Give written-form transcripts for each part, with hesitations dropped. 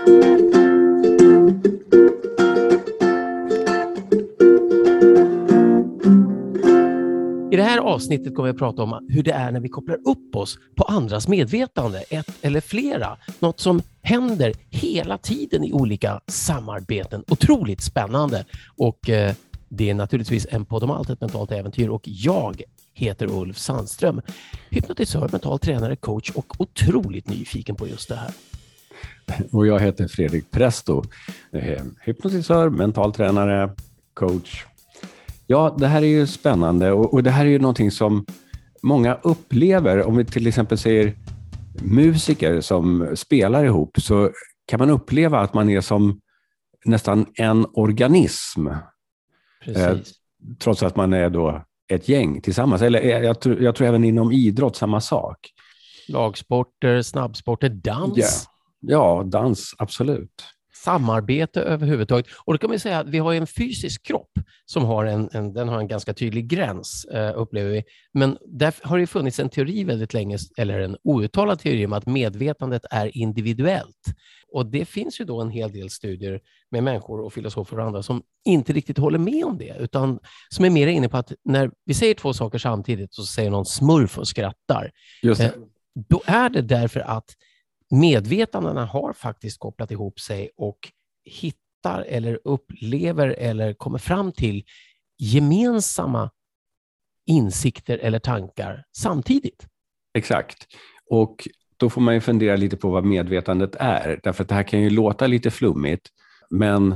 I det här avsnittet kommer vi att prata om hur det är när vi kopplar upp oss på andras medvetande, ett eller flera. Något som händer hela tiden i olika samarbeten. Otroligt spännande. Och det är naturligtvis en podd om allt, ett mentalt äventyr. Och jag heter Ulf Sandström. Hypnotisör, mental tränare, coach och otroligt nyfiken på just det här. Och jag heter Fredrik Presto. Hypnotisör, mental tränare, coach. Ja, det här är ju spännande och det här är ju någonting som många upplever. Om vi till exempel säger musiker som spelar ihop, så kan man uppleva att man är som nästan en organism. Precis. Trots att man är då ett gäng tillsammans. Eller jag tror även inom idrott samma sak. Lagsporter, snabbsporter, dans. Ja, dans, absolut. Samarbete överhuvudtaget. Och då kan man säga att vi har en fysisk kropp som har den har en ganska tydlig gräns, upplever vi. Men där har det funnits en teori väldigt länge, eller en outtalad teori om att medvetandet är individuellt. Och det finns ju då en hel del studier med människor och filosofer och andra som inte riktigt håller med om det, utan som är mer inne på att när vi säger två saker samtidigt så säger någon smurf och skrattar. Just det. Då är det därför att medvetandena har faktiskt kopplat ihop sig och hittar eller upplever eller kommer fram till gemensamma insikter eller tankar samtidigt. Exakt. Och då får man ju fundera lite på vad medvetandet är. Därför att det här kan ju låta lite flummigt. Men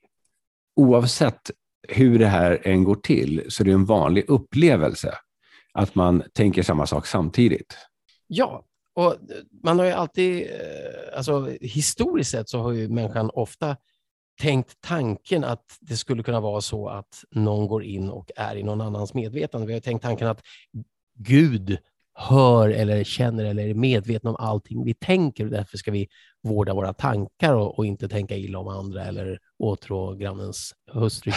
oavsett hur det här än går till så är det en vanlig upplevelse att man tänker samma sak samtidigt. Ja. Och man har ju alltid, alltså historiskt sett så har ju människan ofta tänkt tanken att det skulle kunna vara så att någon går in och är i någon annans medvetande. Vi har tänkt tanken att Gud hör eller känner eller är medveten om allting vi tänker, och därför ska vi vårda våra tankar och inte tänka illa om andra eller åtrå grannens hustru.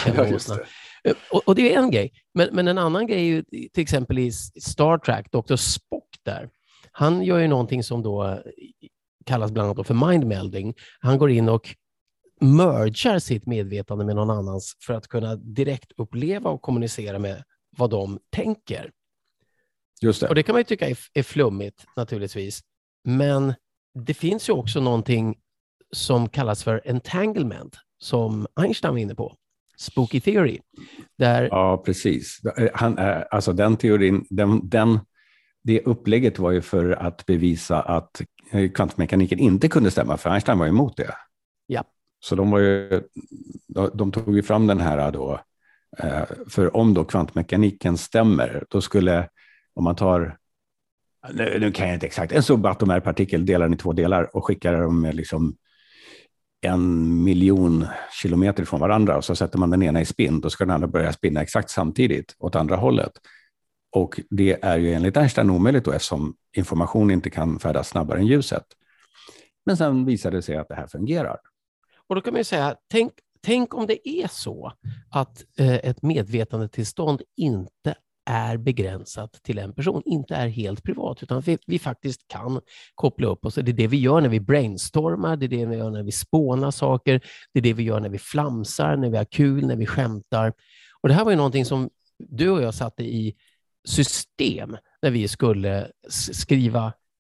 Och det är en grej. Men en annan grej är ju till exempel i Star Trek, Dr. Spock där. Han gör ju någonting som då kallas bland annat för mindmelding. Han går in och mergar sitt medvetande med någon annans för att kunna direkt uppleva och kommunicera med vad de tänker. Just det. Och det kan man ju tycka är flummigt naturligtvis. Men det finns ju också någonting som kallas för entanglement som Einstein var inne på. Spooky theory. Där... Ja, precis. Alltså den teorin, det upplägget var ju för att bevisa att kvantmekaniken inte kunde stämma, för Einstein var emot det. Ja. Så de tog ju fram den här då, för om då kvantmekaniken stämmer, då skulle, om man tar, nu kan jag inte exakt, en subatomär partikel delar i två delar och skickar dem med liksom 1 miljon kilometer från varandra, och så sätter man den ena i spinn, då ska den andra börja spinna exakt samtidigt åt andra hållet. Och det är ju enligt Einstein omöjligt då, eftersom information inte kan färdas snabbare än ljuset. Men sen visade det sig att det här fungerar. Och då kan man ju säga, tänk om det är så att ett medvetandetillstånd inte är begränsat till en person, inte är helt privat, utan vi faktiskt kan koppla upp oss. Det är det vi gör när vi brainstormar, det är det vi gör när vi spånar saker, det är det vi gör när vi flamsar, när vi har kul, när vi skämtar. Och det här var ju någonting som du och jag satte i system när vi skulle skriva.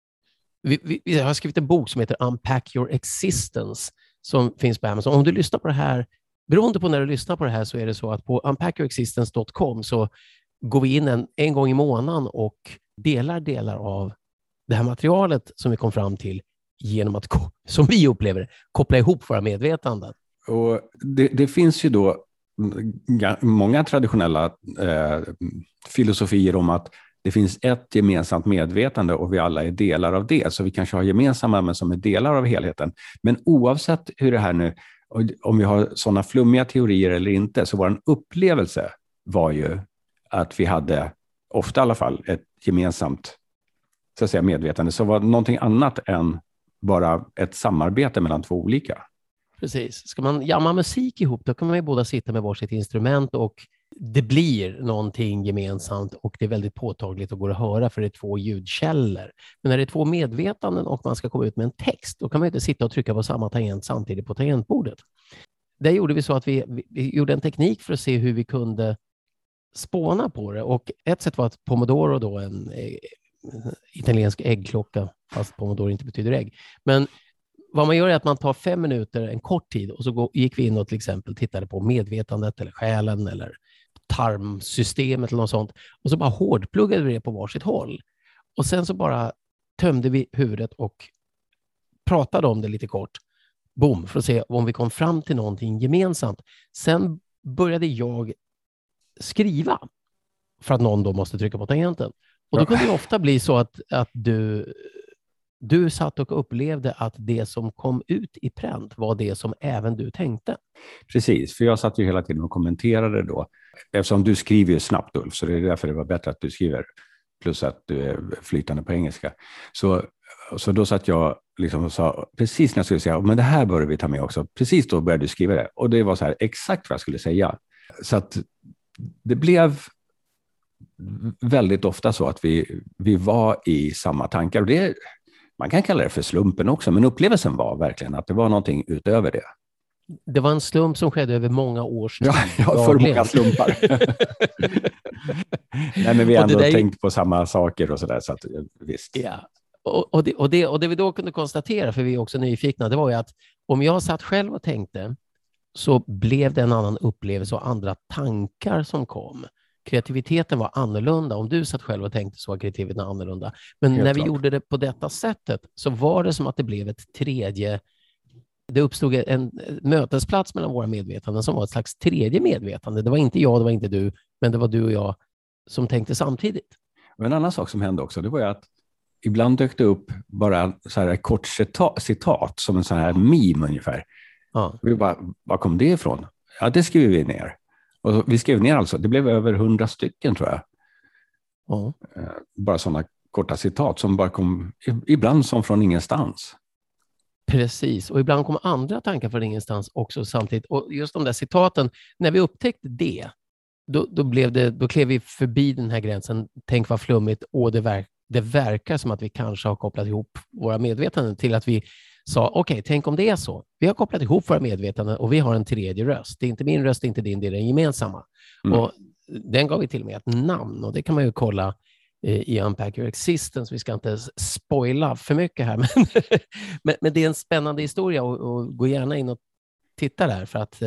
Vi har skrivit en bok som heter Unpack Your Existence som finns på Amazon. Om du lyssnar på det här, beroende på när du lyssnar på det här, så är det så att på unpackyourexistence.com så går vi in en gång i månaden och delar av det här materialet som vi kom fram till genom att, som vi upplever det, koppla ihop våra medvetanden. Och det finns ju då många traditionella filosofier om att det finns ett gemensamt medvetande och vi alla är delar av det. Så vi kanske har gemensamma men som är delar av helheten. Men oavsett hur det här nu, om vi har sådana flummiga teorier eller inte, så vår upplevelse var ju att vi hade, ofta i alla fall, ett gemensamt, så att säga, medvetande. Så var det någonting annat än bara ett samarbete mellan två olika. Precis. Ska man jamma musik ihop, då kan man ju båda sitta med varsitt instrument och det blir någonting gemensamt och det är väldigt påtagligt och går att höra för det är två ljudkällor. Men när det är två medvetanden och man ska komma ut med en text, då kan man inte sitta och trycka på samma tangent samtidigt på tangentbordet. Där gjorde vi så att vi gjorde en teknik för att se hur vi kunde spåna på det. Och ett sätt var att Pomodoro, då en italiensk äggklocka, fast Pomodoro inte betyder ägg. Men vad man gör är att man tar 5 minuter, en kort tid, och så gick vi in och till exempel tittade på medvetandet eller själen eller tarmsystemet eller något sånt. Och så bara hårdpluggade vi det på varsitt håll. Och sen så bara tömde vi huvudet och pratade om det lite kort. Boom, för att se om vi kom fram till någonting gemensamt. Sen började jag skriva för att någon då måste trycka på tangenten. Och då kunde det ofta bli så att du satt och upplevde att det som kom ut i pränt var det som även du tänkte. Precis, för jag satt ju hela tiden och kommenterade då. Eftersom du skriver ju snabbt, Ulf, så det är därför det var bättre att du skriver. Plus att du är flytande på engelska. Så då satt jag liksom och sa, precis när jag skulle säga, men det här bör vi ta med också. Precis då började du skriva det. Och det var så här exakt vad jag skulle säga. Så att det blev väldigt ofta så att vi var i samma tankar. Och det, man kan kalla det för slumpen också, men upplevelsen var verkligen att det var någonting utöver det. Det var en slump som skedde över många års tid. Ja, för många slumpar. Nej, men vi har ändå tänkt på samma saker och sådär, så att visst. Ja. Och det vi då kunde konstatera, för vi är också nyfikna, det var ju att om jag satt själv och tänkte så blev det en annan upplevelse och andra tankar som kom. Kreativiteten var annorlunda. Om du satt själv och tänkte så var kreativiteten annorlunda. Men helt när vi gjorde det på detta sättet så var det som att det blev ett tredje. Det uppstod en mötesplats mellan våra medvetanden som var ett slags tredje medvetande. Det var inte jag, det var inte du, men det var du och jag som tänkte samtidigt. Och en annan sak som hände också, det var ju att ibland dök det upp bara så här ett kort citat som en sån här meme ungefär. Ja. Vi bara, var kom det ifrån? Ja, det skrev vi ner. Och vi skrev ner alltså, det blev över 100 stycken tror jag. Ja. Bara sådana korta citat som bara kom, ibland som från ingenstans. Precis, och ibland kom andra tankar från ingenstans också samtidigt. Och just de där citaten, när vi upptäckte det, då klev vi förbi den här gränsen, tänk vad flummigt, och det verkar som att vi kanske har kopplat ihop våra medvetanden till att vi sa, okej, tänk om det är så. Vi har kopplat ihop våra medvetanden och vi har en tredje röst. Det är inte min röst, det är inte din, det är den gemensamma. Och den gav vi till och med ett namn, och det kan man ju kolla i Unpack Your Existence. Vi ska inte spoila för mycket här, men det är en spännande historia, och gå gärna in och titta där, för att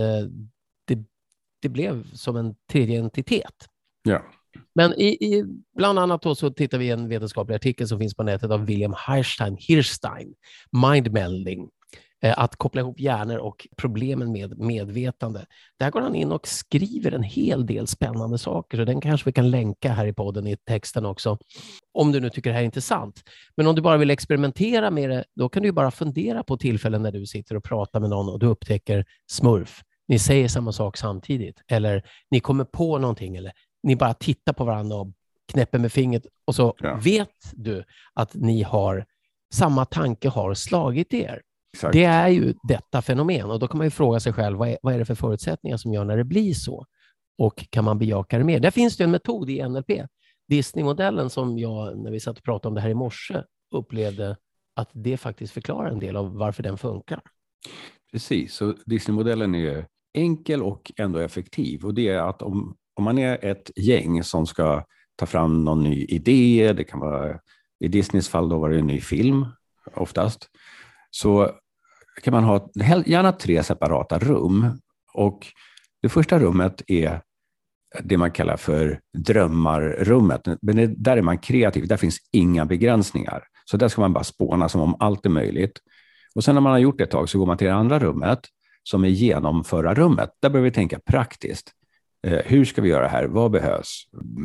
det blev som en tredje entitet. Ja. Men bland annat då så tittar vi i en vetenskaplig artikel som finns på nätet av William Hirstein, Mindmelding, att koppla ihop hjärnor och problemen med medvetande. Där går han in och skriver en hel del spännande saker, så den kanske vi kan länka här i podden i texten också, om du nu tycker det här är intressant. Men om du bara vill experimentera med det, då kan du ju bara fundera på tillfällen när du sitter och pratar med någon och du upptäcker smurf. Ni säger samma sak samtidigt, eller ni kommer på någonting, eller ni bara tittar på varandra och knäpper med fingret, och så vet du att ni har samma tanke har slagit er. Exakt. Det är ju detta fenomen, och då kan man ju fråga sig själv, vad är det för förutsättningar som gör när det blir så? Och kan man bejaka det mer? Där finns det en metod i NLP, Disney-modellen, som jag, när vi satt och pratade om det här i morse, upplevde att det faktiskt förklarar en del av varför den funkar. Precis, så Disney-modellen är enkel och ändå effektiv, och det är att om man är ett gäng som ska ta fram någon ny idé, det kan vara, i Disneys fall då var det en ny film oftast, så kan man ha gärna 3 separata rum, och det första rummet är det man kallar för drömmarrummet. Men där är man kreativ, där finns inga begränsningar. Så där ska man bara spåna som om allt är möjligt. Och sen när man har gjort det ett tag så går man till det andra rummet som är genomförarrummet. Där börjar vi tänka praktiskt. Hur ska vi göra här? Vad behövs?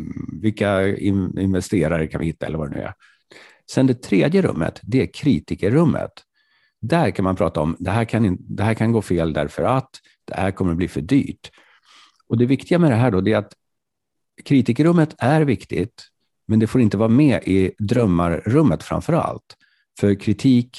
Vilka investerare kan vi hitta eller vad det nu är? Sen det tredje rummet, det är kritikerrummet. Där kan man prata om det här kan gå fel därför att det här kommer att bli för dyrt. Och det viktiga med det här då, det är att kritikerrummet är viktigt, men det får inte vara med i drömmarrummet framför allt. För kritik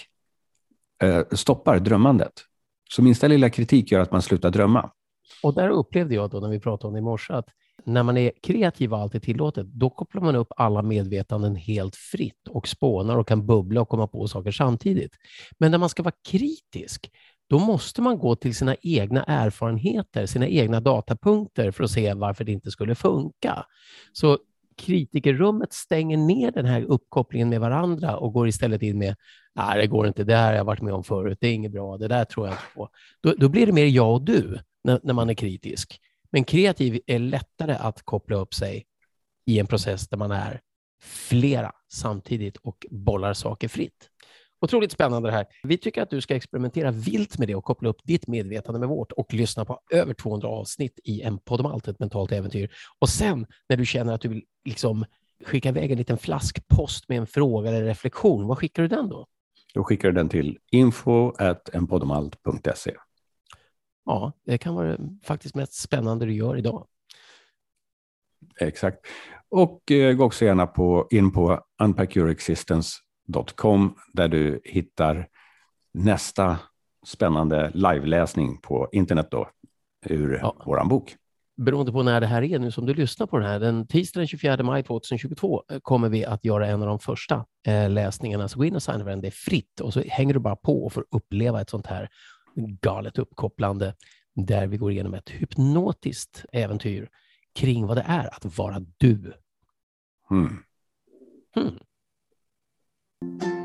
stoppar drömmandet. Så minsta lilla kritik gör att man slutar drömma. Och där upplevde jag då, när vi pratade om det i morse, att När man är kreativ och allt är tillåtet, då kopplar man upp alla medvetanden helt fritt och spånar och kan bubbla och komma på saker samtidigt. Men när man ska vara kritisk, då måste man gå till sina egna erfarenheter, sina egna datapunkter för att se varför det inte skulle funka. Så kritikerrummet stänger ner den här uppkopplingen med varandra och går istället in med nej, det går inte, det här har jag varit med om förut, det är inget bra, det där tror jag inte på. Då blir det mer jag och du när man är kritisk. Men kreativ är lättare att koppla upp sig i en process där man är flera samtidigt och bollar saker fritt. Otroligt spännande det här. Vi tycker att du ska experimentera vilt med det och koppla upp ditt medvetande med vårt och lyssna på över 200 avsnitt i En podd om allt, ett mentalt äventyr. Och sen när du känner att du vill liksom skicka iväg en liten flaskpost med en fråga eller reflektion, vad skickar du den då? Då skickar du den till info@enpoddomalt.se. Ja, det kan vara faktiskt mest spännande du gör idag. Exakt. Och gå också gärna in på unpackyourexistence.com där du hittar nästa spännande liveläsning på internet då, ur våran bok. Beroende på när det här är nu som du lyssnar på den här, den tisdag den 24 maj 2022 kommer vi att göra en av de första läsningarna. Så gå in och signa den, det är fritt och så hänger du bara på och får uppleva ett sånt här galet uppkopplande där vi går igenom ett hypnotiskt äventyr kring vad det är att vara du.